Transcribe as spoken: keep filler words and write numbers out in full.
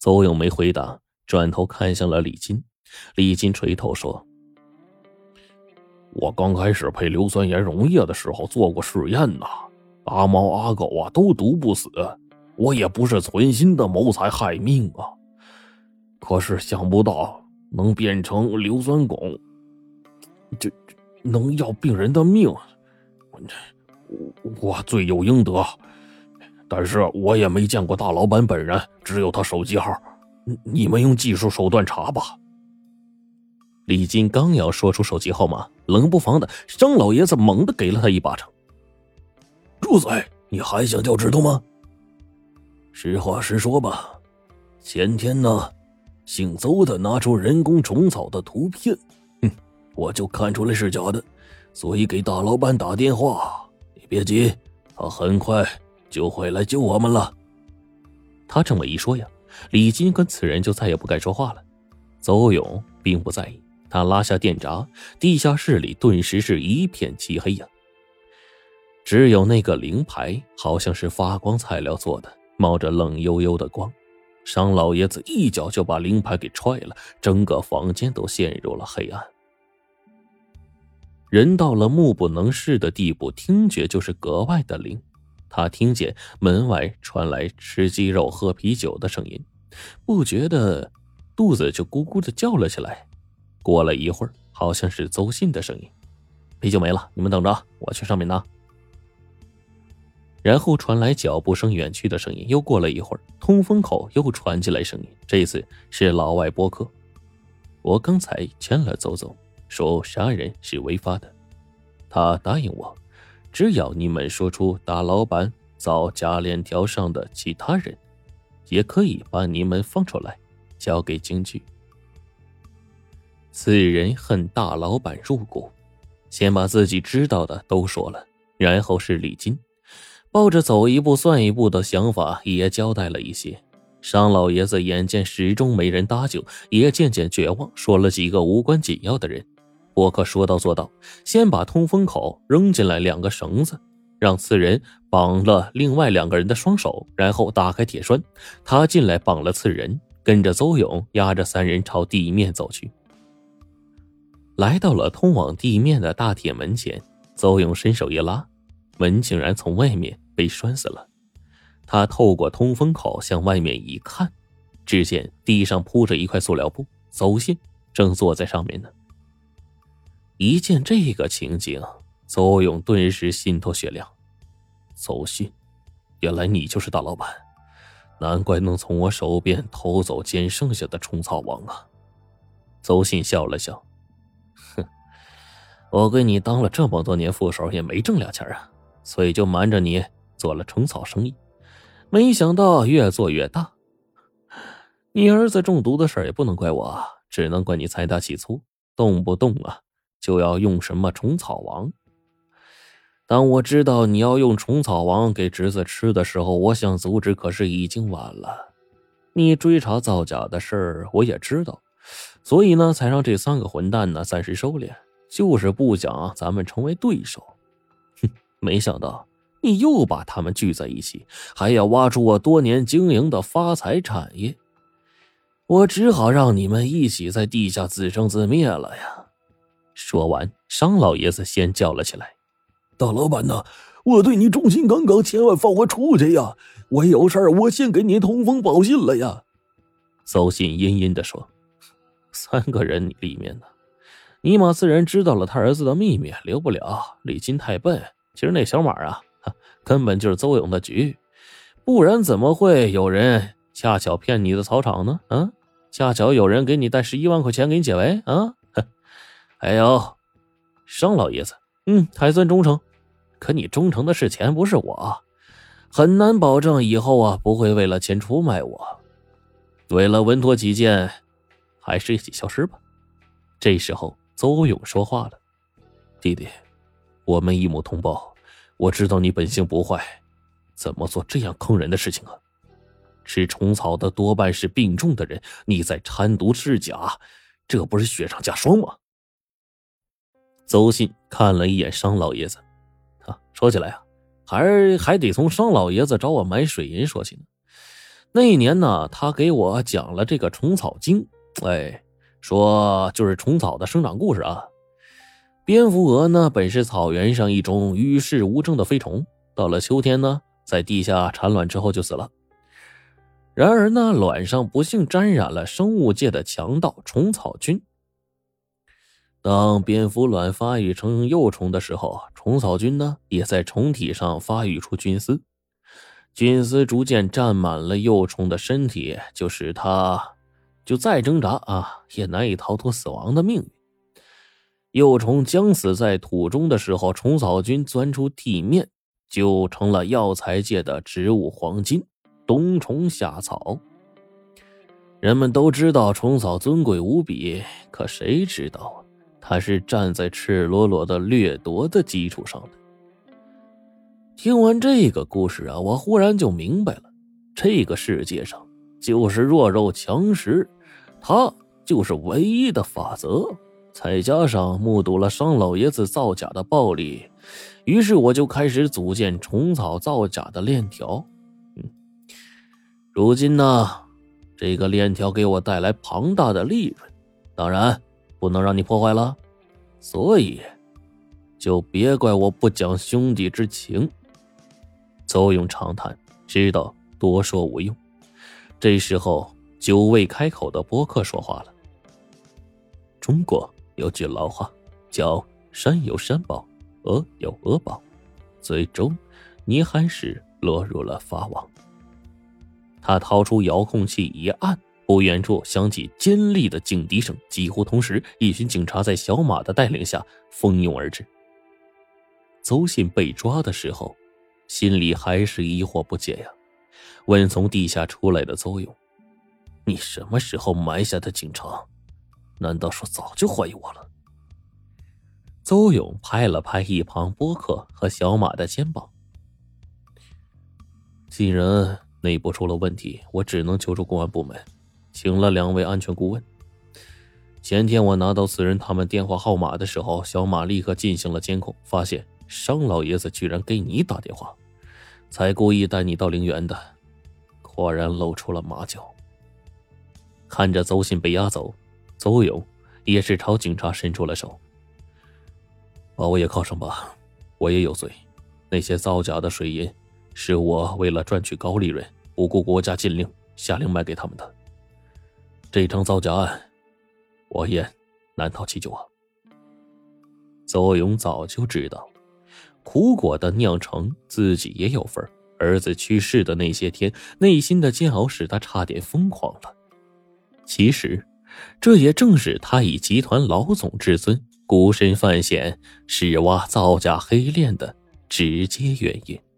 邹勇没回答，转头看向了李金。李金垂头说：我刚开始配硫酸盐溶液的时候做过试验呐，阿猫阿狗啊都毒不死，我也不是存心的谋财害命啊。可是想不到能变成硫酸汞，这能要病人的命，我罪有应得。但是我也没见过大老板本人，只有他手机号，你们用技术手段查吧。李金刚要说出手机号码，冷不防的张老爷子猛地给了他一巴掌。住嘴，你还想叫指头吗？实话实说吧，前天呢，姓邹的拿出人工虫草的图片，哼，我就看出来是假的，所以给大老板打电话。你别急，他很快就会来救我们了。他这么一说呀，李金跟此人就再也不敢说话了。邹勇并不在意，他拉下电闸，地下室里顿时是一片漆黑呀。只有那个灵牌好像是发光材料做的，冒着冷悠悠的光。商老爷子一脚就把灵牌给踹了，整个房间都陷入了黑暗。人到了目不能视的地步，听觉就是格外的灵。他听见门外传来吃鸡肉喝啤酒的声音，不觉得肚子就咕咕的叫了起来。过了一会儿，好像是邹信的声音：啤酒没了，你们等着，我去上面拿。然后传来脚步声远去的声音，又过了一会儿，通风口又传进来声音，这次是老外播客。我刚才劝了邹总，说杀人是违法的，他答应我，只要你们说出大老板遭假链条上的其他人，也可以把你们放出来，交给警局。此人恨大老板入骨，先把自己知道的都说了，然后是李金，抱着走一步算一步的想法也交代了一些。商老爷子眼见始终没人搭救，也渐渐绝望，说了几个无关紧要的人。伯克说到做到，先把通风口扔进来两个绳子，让此人绑了另外两个人的双手，然后打开铁栓，他进来绑了此人，跟着邹勇押着三人朝地面走去。来到了通往地面的大铁门前，邹勇伸手一拉，门竟然从外面被拴死了。他透过通风口向外面一看，只见地上铺着一块塑料布，邹信正坐在上面呢。一见这个情景，邹勇顿时心头雪亮。邹信，原来你就是大老板，难怪能从我手边偷走捡剩下的虫草王啊。邹信笑了笑，哼，我给你当了这么多年副手也没挣俩钱啊，所以就瞒着你做了虫草生意，没想到越做越大。你儿子中毒的事也不能怪我，只能怪你财大气粗，动不动啊就要用什么虫草王。当我知道你要用虫草王给侄子吃的时候，我想阻止可是已经晚了。你追查造假的事儿我也知道，所以呢才让这三个混蛋呢暂时收敛，就是不想咱们成为对手。哼，没想到你又把他们聚在一起，还要挖出我多年经营的发财产业，我只好让你们一起在地下自生自灭了呀。说完，商老爷子先叫了起来：大老板呐，我对你忠心耿耿，千万放我出去呀！我有事儿我先给你通风报信了呀。邹信阴阴地说：三个人里面呢，尼玛自然知道了他儿子的秘密，留不了。李金太笨，其实那小马啊根本就是邹勇的局，不然怎么会有人恰巧骗你的草场呢？啊，恰巧有人给你带十一万块钱给你解围啊！还有商老爷子，嗯，还算忠诚，可你忠诚的是钱，不是我，很难保证以后啊不会为了钱出卖我。为了稳妥起见，还是一起消失吧。这时候邹勇说话了：弟弟，我们一母同胞，我知道你本性不坏，怎么做这样坑人的事情啊？吃虫草的多半是病重的人，你在掺毒制假，这不是雪上加霜吗？邹信看了一眼商老爷子，啊，说起来啊，还还得从商老爷子找我买水银说起呢。 那一年呢，他给我讲了这个虫草经，哎，说就是虫草的生长故事啊。蝙蝠蛾呢，本是草原上一种与世无争的飞虫，到了秋天呢，在地下产卵之后就死了。然而呢，卵上不幸沾染了生物界的强盗虫草菌。当蝙蝠卵发育成幼虫的时候，虫草菌呢也在虫体上发育出菌丝，菌丝逐渐占满了幼虫的身体，就使它就再挣扎啊，也难以逃脱死亡的命运。幼虫将死在土中的时候，虫草菌钻出地面，就成了药材界的植物黄金冬虫夏草。人们都知道虫草尊贵无比，可谁知道它是站在赤裸裸的掠夺的基础上的。听完这个故事啊，我忽然就明白了，这个世界上就是弱肉强食，它就是唯一的法则。再加上目睹了商老爷子造假的暴力，于是我就开始组建虫草造假的链条。嗯，如今呢，这个链条给我带来庞大的利润，当然不能让你破坏了，所以就别怪我不讲兄弟之情。邹勇长叹，知道多说无用。这时候久未开口的伯克说话了。中国有句老话叫山有山宝，鹅有鹅宝，最终你还是落入了法网。他掏出遥控器一按，不远处响起尖利的警笛声，几乎同时一群警察在小马的带领下蜂拥而至。邹信被抓的时候心里还是疑惑不解呀，问从地下出来的邹勇，你什么时候埋下的警察？难道说早就怀疑我了？邹勇拍了拍一旁波克和小马的肩膀，既然内部出了问题，我只能求助公安部门，请了两位安全顾问。前天我拿到此人他们电话号码的时候，小马立刻进行了监控，发现商老爷子居然给你打电话，才故意带你到陵园的，果然露出了马脚。看着邹信被押走，邹勇也是朝警察伸出了手，把我也铐上吧，我也有罪。那些造假的水银是我为了赚取高利润，不顾国家禁令下令卖给他们的。这场造假案，我也难逃其咎啊。邹勇早就知道，苦果的酿成自己也有份。儿子去世的那些天，内心的煎熬使他差点疯狂了。其实这也正是他以集团老总之尊孤身犯险，试挖造假黑链的直接原因。